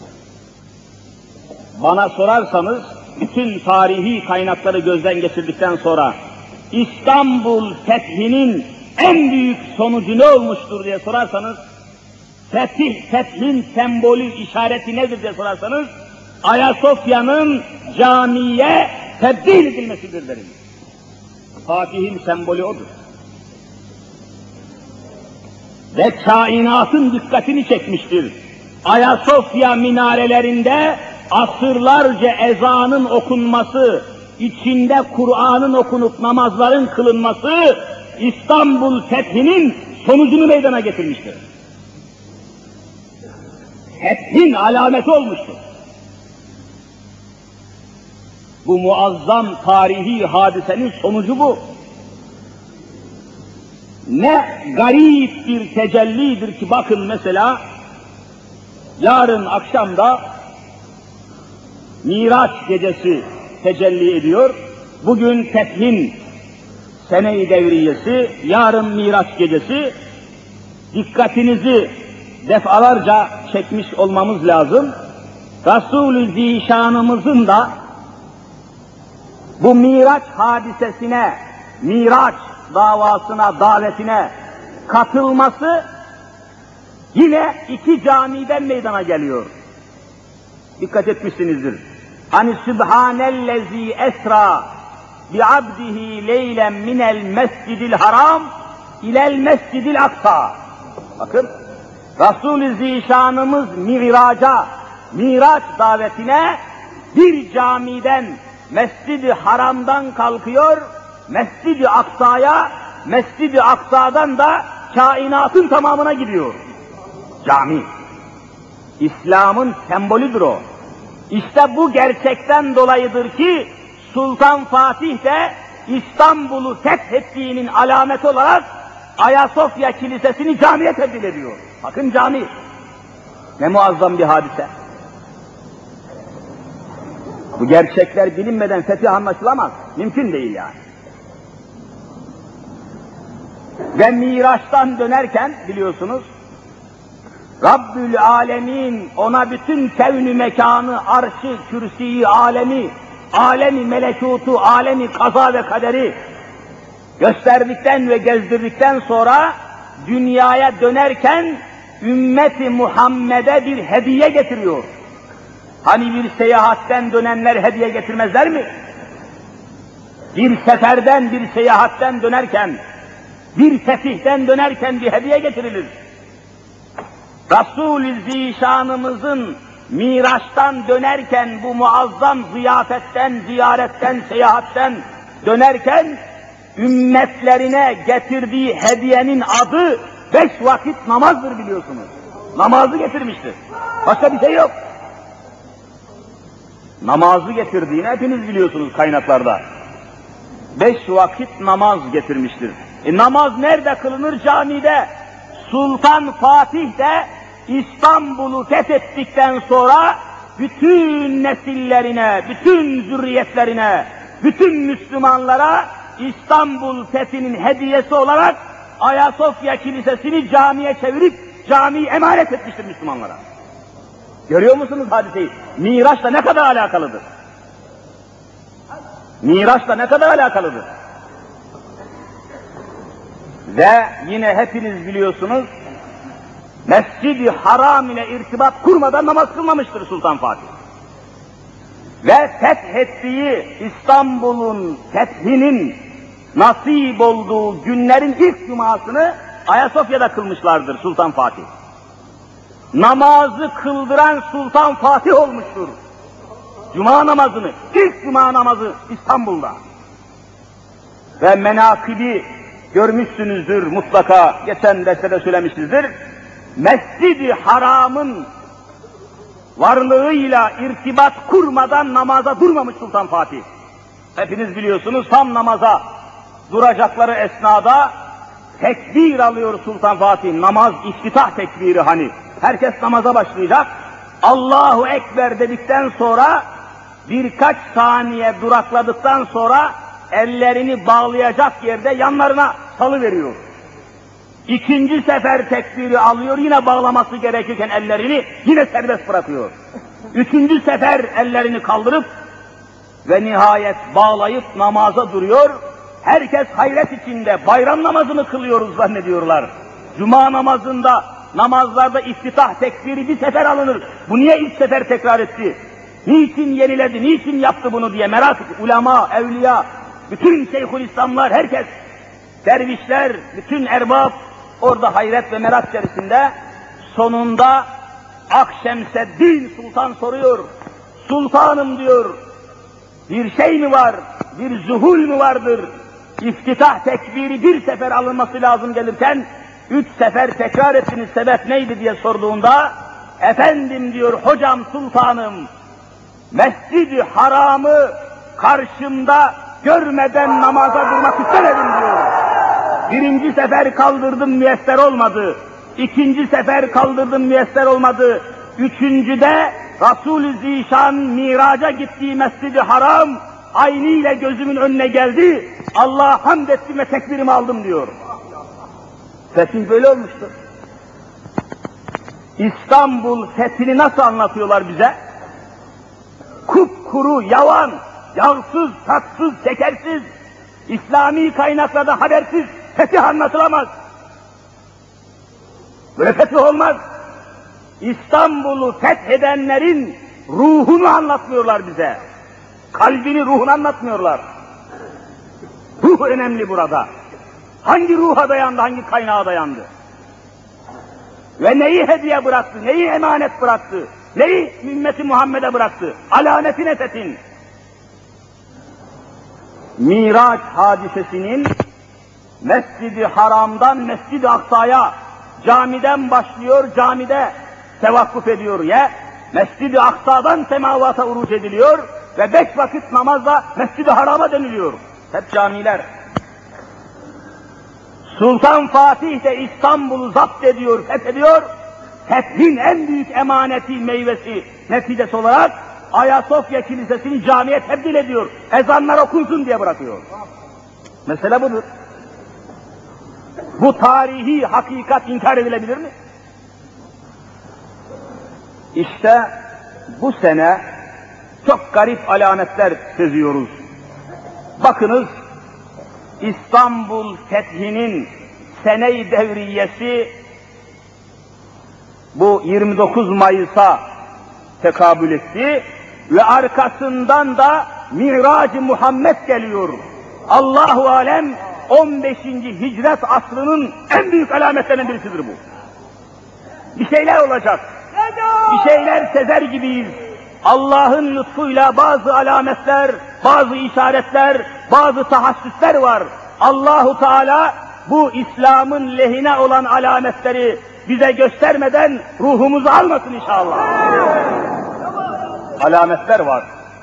Bana sorarsanız, bütün tarihi kaynakları gözden geçirdikten sonra İstanbul fethinin en büyük sonucu ne olmuştur diye sorarsanız, fethin sembolü, işareti nedir diye sorarsanız, Ayasofya'nın camiye tebdil edilmesidir derim. Fatih'in sembolü odur. Ve kainatın dikkatini çekmiştir. Ayasofya minarelerinde asırlarca ezanın okunması, içinde Kur'an'ın okunup namazların kılınması İstanbul fethinin sonucunu meydana getirmiştir. Fethin alameti olmuştur. Bu muazzam tarihi hadisenin sonucu bu. Ne garip bir tecellidir ki bakın mesela yarın akşamda Miraç gecesi tecelli ediyor. Bugün fethin sene-i devriyesi, yarın Miraç gecesi. Dikkatinizi defalarca çekmiş olmamız lazım. Resul-i Zişanımızın da bu Miraç hadisesine, Miraç davasına, davetine katılması yine iki camiden meydana geliyor. Dikkat etmişsinizdir. Hani Sübhanellezi esra bi'abdihi leylen minel mescidil haram ilel mescidil aksa. Bakın, Resul-i Zişanımız Miraç davetine bir camiden, Mescid-i Haram'dan kalkıyor, Mescid-i Aksa'ya, Mescid-i Aksa'dan da kainatın tamamına gidiyor. Cami. İslam'ın sembolüdür o. İşte bu gerçekten dolayıdır ki Sultan Fatih de İstanbul'u fethettiğinin alameti olarak Ayasofya Kilisesi'ni camiye tebdil ediyor. Bakın cami. Ne muazzam bir hadise. Bu gerçekler bilinmeden fetih anlaşılamaz. Mümkün değil yani. Ve Miraç'tan dönerken biliyorsunuz Rabbül Alemin ona bütün kevn-ü mekanı, arşı, kürsiyi, alemi melekutu, alemi kaza ve kaderi gösterdikten ve gezdirdikten sonra dünyaya dönerken ümmeti Muhammed'e bir hediye getiriyor. Hani bir seyahatten dönenler hediye getirmezler mi? Bir seferden, bir seyahatten dönerken, bir fetihten dönerken bir hediye getirilir. Resul-i Zişanımızın Miraç'tan dönerken, bu muazzam ziyafetten, ziyaretten, seyahatten dönerken, ümmetlerine getirdiği hediyenin adı 5 vakit namazdır biliyorsunuz. Namazı getirmiştir. Başka bir şey yok. Namazı getirdiğini hepiniz biliyorsunuz kaynaklarda. 5 vakit namaz getirmiştir. Namaz nerede kılınır? Camide. Sultan Fatih de İstanbul'u fethettikten sonra bütün nesillerine, bütün zürriyetlerine, bütün Müslümanlara İstanbul fethinin hediyesi olarak Ayasofya Kilisesi'ni camiye çevirip camiyi emanet etmiştir Müslümanlara. Görüyor musunuz hadiseyi? Miraç'la ne kadar alakalıdır? Miraç'la ne kadar alakalıdır? Ve yine hepiniz biliyorsunuz, Mescid-i Haram ile irtibat kurmadan namaz kılmamıştır Sultan Fatih. Ve fethettiği İstanbul'un fethinin nasip olduğu günlerin ilk cumasını Ayasofya'da kılmışlardır Sultan Fatih. Namazı kıldıran Sultan Fatih olmuştur. Cuma namazını, ilk cuma namazı İstanbul'da. Ve menakıbi görmüşsünüzdür mutlaka, geçen derste de söylemişizdir. Mescid-i Haram'ın varlığıyla irtibat kurmadan namaza durmamış Sultan Fatih. Hepiniz biliyorsunuz, tam namaza duracakları esnada tekbir alıyor Sultan Fatih. Namaz iftitah tekbiri hani. Herkes namaza başlayacak. Allahu Ekber dedikten sonra birkaç saniye durakladıktan sonra ellerini bağlayacak yerde yanlarına salıveriyor. İkinci sefer tekbiri alıyor, yine bağlaması gerekirken ellerini yine serbest bırakıyor. Üçüncü sefer ellerini kaldırıp ve nihayet bağlayıp namaza duruyor. Herkes hayret içinde, bayram namazını kılıyoruz zannediyorlar. Cuma namazında, namazlarda iftitah tekbiri bir sefer alınır. Bu niye ilk sefer tekrar etti? Niçin yeniledi, niçin yaptı bunu diye merak ediyor. Ulema, evliya, bütün Şeyhülislamlar, herkes, dervişler, bütün erbab orada hayret ve merak içerisinde. Sonunda Akşemseddin Sultan soruyor. Sultanım diyor, bir şey mi var, bir zuhul mü vardır? İftitah tekbiri bir sefer alınması lazım gelirken 3 sefer tekrar ettiniz, sebep neydi diye sorduğunda, efendim diyor, hocam sultanım, Mescid-i Haram'ı karşımda görmeden namaza durmak istemedim diyor. Birinci sefer kaldırdım, müyesser olmadı. İkinci sefer kaldırdım, müyesser olmadı. Üçüncüde Resul-i Zişan miraca gittiği Mescid-i Haram aynıyla gözümün önüne geldi. Allah'a hamd ettim ve tekbirimi aldım diyor. Fetih böyle olmuştur. İstanbul fethini nasıl anlatıyorlar bize? Kupkuru, yavan, yağsız, tatsız, şekersiz, İslami kaynaklarda habersiz fetih anlatılamaz. Böyle fetih olmaz. İstanbul'u fethedenlerin ruhunu anlatmıyorlar bize. Kalbini, ruhunu anlatmıyorlar. Ruh önemli burada. Hangi ruha dayandı, hangi kaynağa dayandı? Ve neyi hediye bıraktı, neyi emanet bıraktı, neyi ümmeti Muhammed'e bıraktı? Alanetine fetin. Miraç hadisesinin Mescid-i Haram'dan Mescid-i Aksa'ya camiden başlıyor, camide tevakkuf ediyor ya. Mescid-i Aksa'dan semavata uruç ediliyor ve 5 vakit namazla Mescid-i Haram'a dönülüyor. Hep camiler. Sultan Fatih de İstanbul'u zapt ediyor, fethediyor. Fethin en büyük emaneti, meyvesi, neticesi olarak Ayasofya Kilisesi'ni camiye tebdil ediyor. Ezanlar okunsun diye bırakıyor. Mesele budur. Bu tarihi hakikat inkar edilebilir mi? İşte bu sene çok garip alametler seziyoruz. Bakınız, İstanbul fethinin sene-i devriyesi bu 29 Mayıs'a tekabül etti ve arkasından da Mirac-ı Muhammed geliyor. Allahu alem 15. Hicret asrının en büyük alametlerinden birisidir bu. Bir şeyler olacak. Bir şeyler sezer gibiyiz. Allah'ın lütfuyla bazı alametler, bazı işaretler, bazı tahassüsler var. Allahu Teala bu İslam'ın lehine olan alametleri bize göstermeden ruhumuzu almasın inşallah. Alametler var.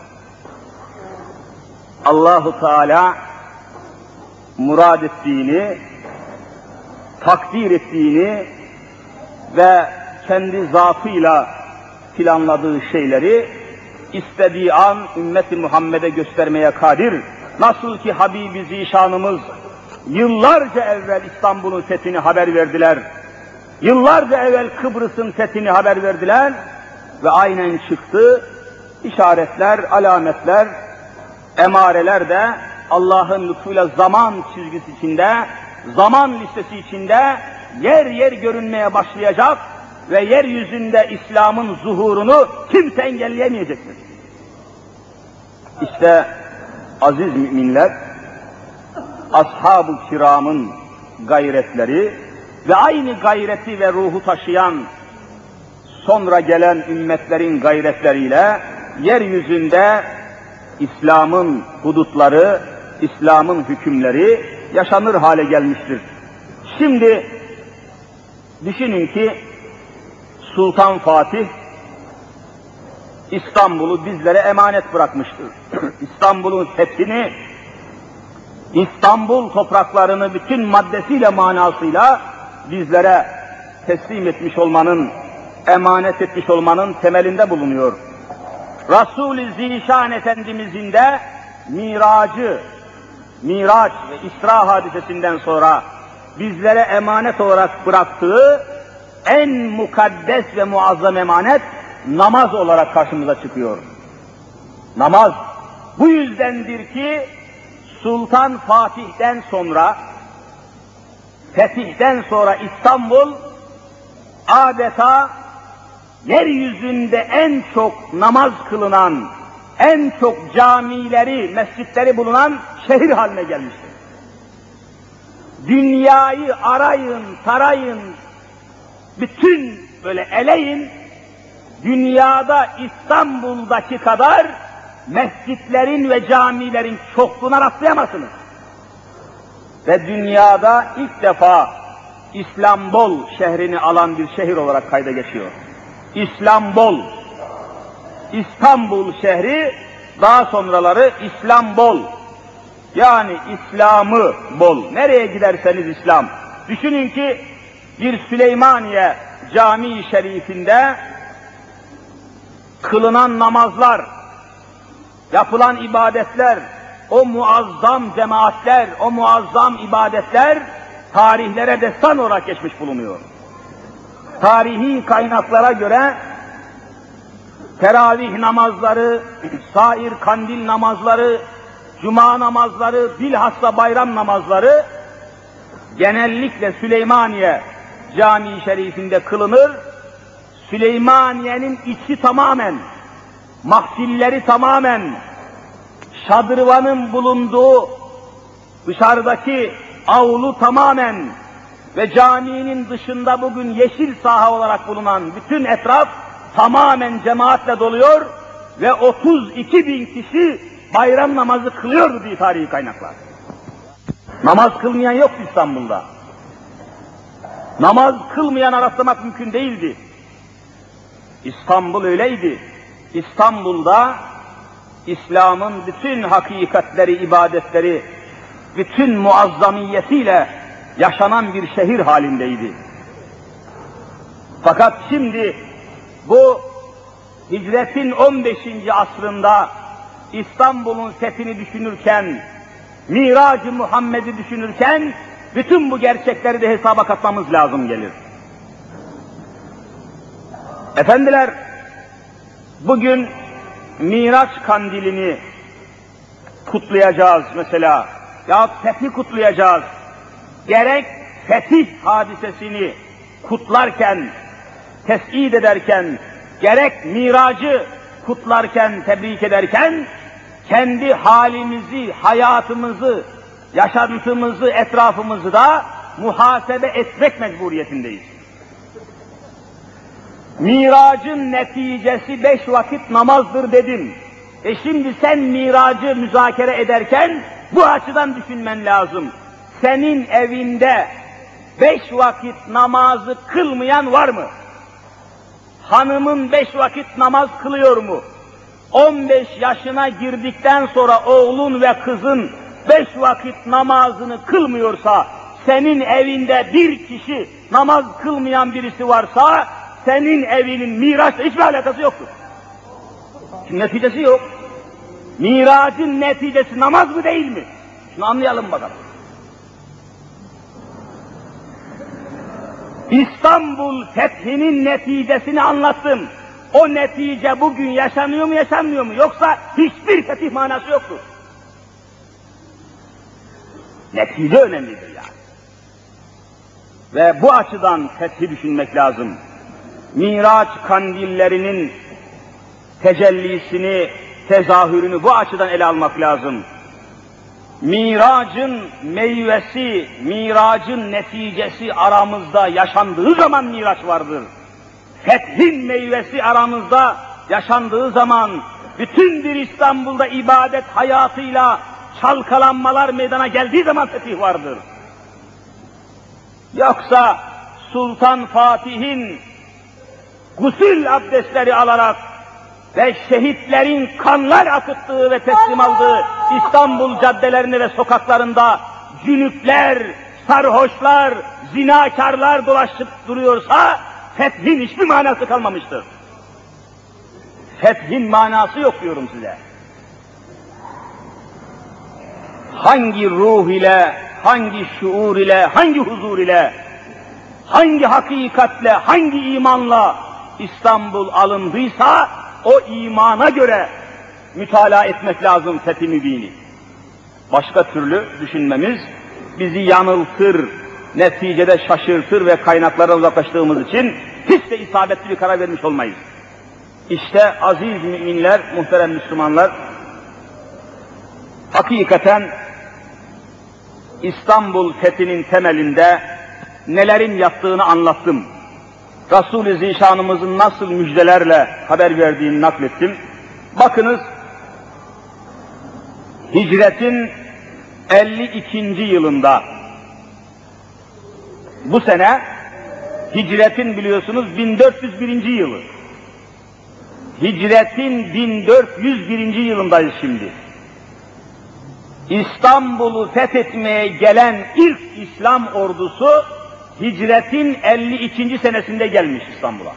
Allahu Teala murad ettiğini, takdir ettiğini ve kendi zatıyla planladığı şeyleri istediği an ümmeti Muhammed'e göstermeye kadir. Nasıl ki Habibi Zişanımız yıllarca evvel İstanbul'un fethini haber verdiler. Yıllarca evvel Kıbrıs'ın fethini haber verdiler. ve aynen çıktı. İşaretler, alametler, emareler de Allah'ın lütfuyla zaman çizgisi içinde, zaman listesi içinde yer yer görünmeye başlayacak ve yeryüzünde İslam'ın zuhurunu kimse engelleyemeyecektir. İşte aziz müminler, ashab-ı kiramın gayretleri ve aynı gayreti ve ruhu taşıyan sonra gelen ümmetlerin gayretleriyle yeryüzünde İslam'ın hudutları, İslam'ın hükümleri yaşanır hale gelmiştir. Şimdi düşünün ki Sultan Fatih İstanbul'u bizlere emanet bırakmıştır. İstanbul'un fethini, İstanbul topraklarını bütün maddesiyle manasıyla bizlere teslim etmiş olmanın, emanet etmiş olmanın temelinde bulunuyor. Resul-i Zişan Efendimizin de Miraç ve İsra hadisesinden sonra bizlere emanet olarak bıraktığı en mukaddes ve muazzam emanet namaz olarak karşımıza çıkıyor. Namaz. Bu yüzdendir ki Sultan Fatih'ten sonra, fetihten sonra İstanbul adeta yeryüzünde en çok namaz kılınan, en çok camileri, mescitleri bulunan şehir haline gelmiştir. Dünyayı arayın, tarayın, bütün böyle eleyin, dünyada İstanbul'daki kadar mescitlerin ve camilerin çokluğuna rastlayamazsınız. Ve dünyada ilk defa İslambol şehrini alan bir şehir olarak kayda geçiyor. İslambol, İstanbul şehri, daha sonraları İslambol. Yani İslam'ı bol. Nereye giderseniz İslam. Düşünün ki bir Süleymaniye Camii Şerifinde kılınan namazlar, yapılan ibadetler, o muazzam cemaatler, o muazzam ibadetler tarihlere destan olarak geçmiş bulunuyor. Tarihi kaynaklara göre teravih namazları, sair kandil namazları, cuma namazları, bilhassa bayram namazları genellikle Süleymaniye Camii Şerifinde kılınır. Süleymaniye'nin içi tamamen, mahfilleri tamamen, şadırvanın bulunduğu dışarıdaki avlu tamamen ve caminin dışında bugün yeşil saha olarak bulunan bütün etraf tamamen cemaatle doluyor ve 32.000 kişi bayram namazı kılıyordu diye tarihi kaynaklar. Namaz kılmayan yoktu İstanbul'da. Namaz kılmayan rastlamak mümkün değildi. İstanbul öyleydi. İstanbul'da İslam'ın bütün hakikatleri, ibadetleri, bütün muazzamiyetiyle yaşanan bir şehir halindeydi. Fakat şimdi bu hicretin 15. asrında İstanbul'un fethini düşünürken, Mirac-ı Muhammed'i düşünürken bütün bu gerçekleri de hesaba katmamız lazım gelir. Efendiler, bugün Miraç kandilini kutlayacağız mesela, ya fethi kutlayacağız. Gerek fetih hadisesini kutlarken, tes'id ederken, gerek miracı kutlarken, tebrik ederken, kendi halimizi, hayatımızı, yaşantımızı, etrafımızı da muhasebe etmek mecburiyetindeyiz. Miracın neticesi 5 vakit namazdır dedim. Şimdi sen miracı müzakere ederken bu açıdan düşünmen lazım. Senin evinde 5 vakit namazı kılmayan var mı? Hanımın 5 vakit namaz kılıyor mu? 15 yaşına girdikten sonra oğlun ve kızın 5 vakit namazını kılmıyorsa, senin evinde bir kişi namaz kılmayan birisi varsa, senin evinin Miraç'la hiçbir alakası yoktur. Çünkü neticesi yok. Miracın neticesi namaz mı değil mi? Şunu anlayalım bakalım. İstanbul fethinin neticesini anlattım. o netice bugün yaşanıyor mu yaşanmıyor mu? Yoksa hiçbir fetih manası yoktur. Netice önemlidir yani. Ve bu açıdan fethi düşünmek lazım. Miraç kandillerinin tecellisini, tezahürünü bu açıdan ele almak lazım. Miracın meyvesi, miracın neticesi aramızda yaşandığı zaman miraç vardır. Fethin meyvesi aramızda yaşandığı zaman, bütün bir İstanbul'da ibadet hayatıyla çalkalanmalar meydana geldiği zaman fetih vardır. Yoksa Sultan Fatih'in gusül abdestleri alarak ve şehitlerin kanlar akıttığı ve teslim aldığı İstanbul caddelerinde ve sokaklarında cünüpler, sarhoşlar, zinakarlar dolaşıp duruyorsa fethin hiçbir manası kalmamıştır. Fethin manası yok diyorum size. Hangi ruh ile, hangi şuur ile, hangi huzur ile, hangi hakikatle, hangi imanla İstanbul alındıysa o imana göre mütalaa etmek lazım Fethi Mübin'i. Başka türlü düşünmemiz bizi yanıltır, neticede şaşırtır ve kaynaklardan uzaklaştığımız için hiç de isabetli bir karar vermiş olmayız. İşte aziz müminler, muhterem Müslümanlar, hakikaten İstanbul fethinin temelinde nelerin yattığını anlattım. Resul-i Zişanımızın nasıl müjdelerle haber verdiğini naklettim. Bakınız, hicretin 52. yılında, bu sene hicretin biliyorsunuz 1401. yılı. Hicretin 1401. yılındayız şimdi. İstanbul'u fethetmeye gelen ilk İslam ordusu hicretin 52. senesinde gelmiş İstanbul'a.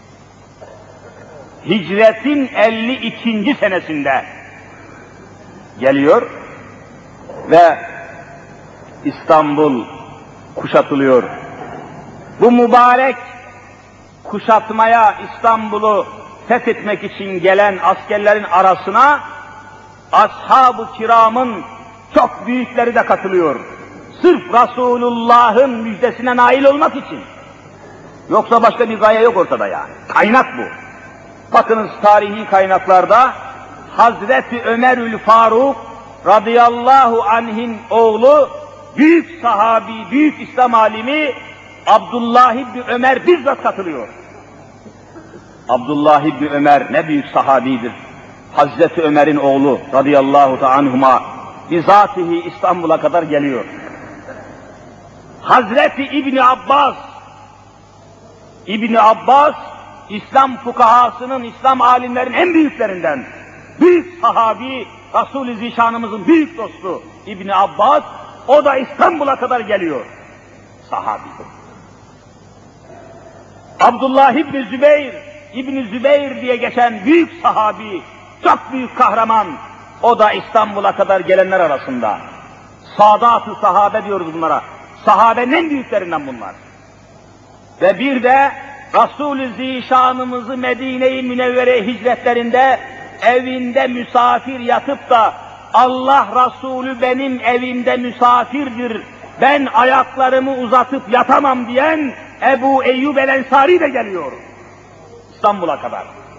Hicretin 52. senesinde geliyor ve İstanbul kuşatılıyor. Bu mübarek kuşatmaya, İstanbul'u fethetmek için gelen askerlerin arasına ashab-ı kiramın çok büyükleri de katılıyor. Sırf Resulullah'ın müjdesine nail olmak için. Yoksa başka bir gaye yok ortada yani. Kaynak bu. Bakınız tarihi kaynaklarda Hazreti Ömerül Faruk radıyallahu anh'in oğlu, büyük sahabi, büyük İslam alimi Abdullah İbni Ömer bizzat katılıyor. Abdullah İbni Ömer ne büyük sahabidir. Hazreti Ömer'in oğlu radıyallahu ta'ala anhuma bizatihi İstanbul'a kadar geliyor. Hazreti İbni Abbas, İslam fukahasının, İslam alimlerin en büyüklerinden, büyük sahabi, Resul-i Zişanımızın büyük dostu İbni Abbas, o da İstanbul'a kadar geliyor. Sahabi. Abdullah İbni Zübeyir diye geçen büyük sahabi, çok büyük kahraman, o da İstanbul'a kadar gelenler arasında. Sadat-ı sahabe diyoruz bunlara. Sahabenin en büyüklerinden bunlar. Ve bir de Resul-i Zişanımızı Medine-i Münevvere hicretlerinde evinde misafir yatıp da Allah Resulü benim evimde misafirdir, ben ayaklarımı uzatıp yatamam diyen Ebu Eyyub el-Ensari de geliyor İstanbul'a kadar.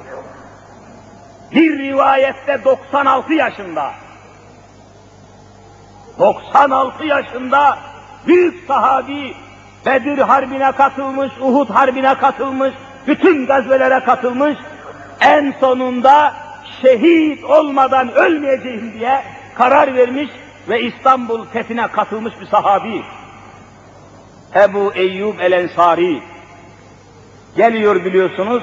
Bir rivayette 96 yaşında. 96 yaşında büyük sahabi, Bedir Harbi'ne katılmış, Uhud Harbi'ne katılmış, bütün gazvelere katılmış, en sonunda şehit olmadan ölmeyeceğim diye karar vermiş ve İstanbul fethine katılmış bir sahabi. Ebu Eyyub el-Ensari geliyor biliyorsunuz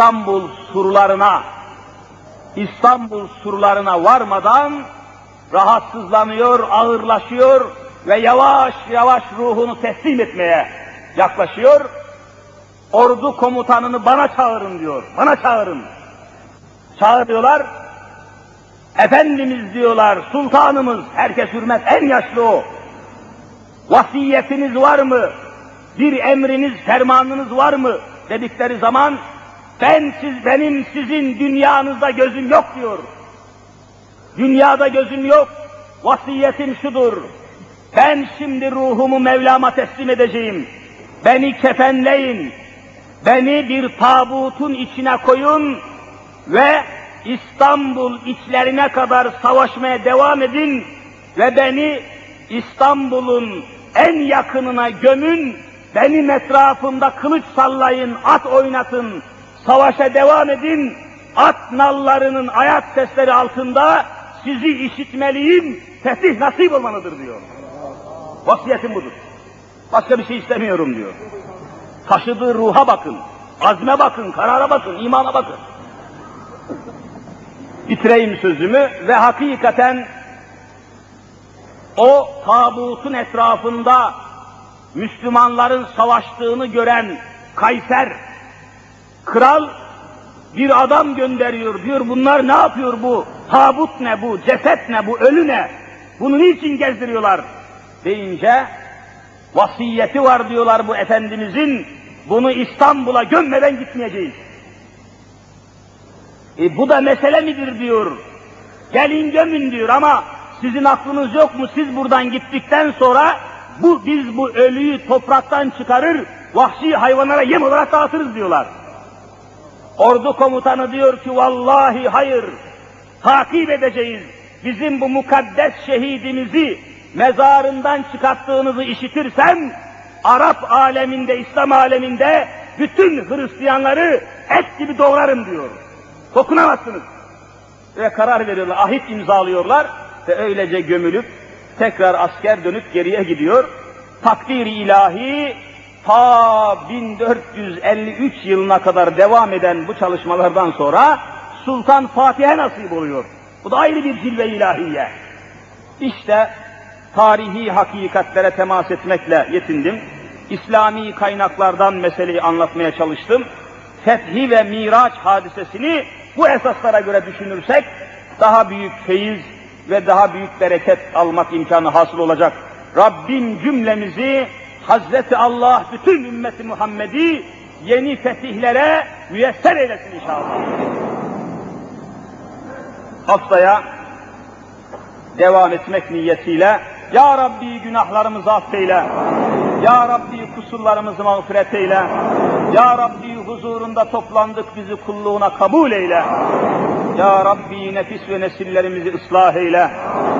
İstanbul surlarına varmadan rahatsızlanıyor, ağırlaşıyor ve yavaş yavaş ruhunu teslim etmeye yaklaşıyor. Ordu komutanını bana çağırın diyor, bana çağırın. Çağırıyorlar, Efendimiz diyorlar, sultanımız, herkes hürmet, en yaşlı o. Vasiyetiniz var mı? Bir emriniz, fermanınız var mı? Dedikleri zaman benim sizin dünyanızda gözüm yok diyor. Dünyada gözüm yok, vasiyetim şudur. Ben şimdi ruhumu Mevlam'a teslim edeceğim. Beni kefenleyin, beni bir tabutun içine koyun ve İstanbul içlerine kadar savaşmaya devam edin ve beni İstanbul'un en yakınına gömün, benim etrafımda kılıç sallayın, at oynatın, savaşa devam edin, at nallarının ayak sesleri altında sizi işitmeliyim, fetih nasip olmalıdır diyor. Vasiyetim budur. Başka bir şey istemiyorum diyor. Taşıdığı ruha bakın, azme bakın, karara bakın, imana bakın. Bitireyim sözümü ve hakikaten o tabutun etrafında Müslümanların savaştığını gören Kayser kral bir adam gönderiyor, diyor bunlar ne yapıyor bu? Tabut ne bu? Ceset ne bu? Ölü ne? Bunu niçin gezdiriyorlar? Deyince vasiyeti var diyorlar bu Efendimizin, bunu İstanbul'a gömmeden gitmeyeceğiz. Bu da mesele midir diyor. Gelin gömün diyor ama sizin aklınız yok mu? Siz buradan gittikten sonra biz bu ölüyü topraktan çıkarır, vahşi hayvanlara yem olarak dağıtırız diyorlar. Ordu komutanı diyor ki vallahi hayır, takip edeceğiz. Bizim bu mukaddes şehidimizi mezarından çıkarttığınızı işitirsem, Arap aleminde, İslam aleminde bütün Hristiyanları et gibi doğrarım diyor. Dokunamazsınız. Ve karar veriyorlar, ahit imzalıyorlar ve öylece gömülüp tekrar asker dönüp geriye gidiyor. Takdir-i ilahi ta 1453 yılına kadar devam eden bu çalışmalardan sonra Sultan Fatih'e nasip oluyor. Bu da ayrı bir cilve-i ilahiye. İşte tarihi hakikatlere temas etmekle yetindim. İslami kaynaklardan meseleyi anlatmaya çalıştım. Fethi ve Miraç hadisesini bu esaslara göre düşünürsek daha büyük feyiz ve daha büyük bereket almak imkanı hasıl olacak. Rabbim cümlemizi, Hazreti Allah bütün ümmeti Muhammed'i yeni fetihlere müyesser eylesin inşallah. Haftaya devam etmek niyetiyle Ya Rabbi günahlarımızı affeyle, Ya Rabbi kusurlarımızı mağfiret eyle, Ya Rabbi huzurunda toplandık bizi kulluğuna kabul eyle, Ya Rabbi nefis ve nesillerimizi ıslah eyle.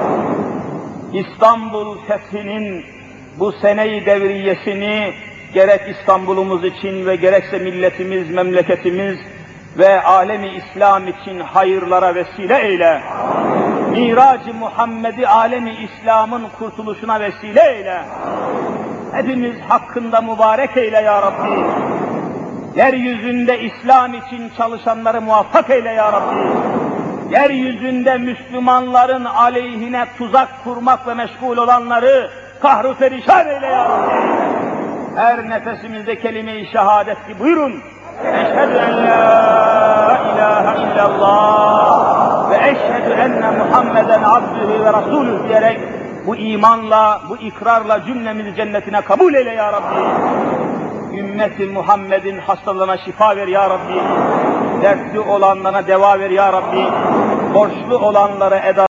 İstanbul fethinin bu sene-i devriyesini gerek İstanbul'umuz için ve gerekse milletimiz, memleketimiz ve alemi İslam için hayırlara vesile eyle. Mirac-ı Muhammed'i alemi İslam'ın kurtuluşuna vesile eyle. Hepimiz hakkında mübarek eyle ya Rabbi. Yeryüzünde İslam için çalışanları muvaffak eyle ya Rabbi. Yeryüzünde Müslümanların aleyhine tuzak kurmak ve meşgul olanları kahru perişan eyle ya Rabbi. Her nefesimizde kelime-i şehadet ki buyurun. Eşhedü en la ilahe illallah ve eşhedü enne Muhammeden abdühü ve rasulüh diyerek bu imanla, bu ikrarla cümlemizi cennetine kabul eyle ya Rabbi. Ümmeti Muhammed'in hastalığına şifa ver ya Rabbi. Dertli olanlara deva ver ya Rabbi. Borçlu olanlara eda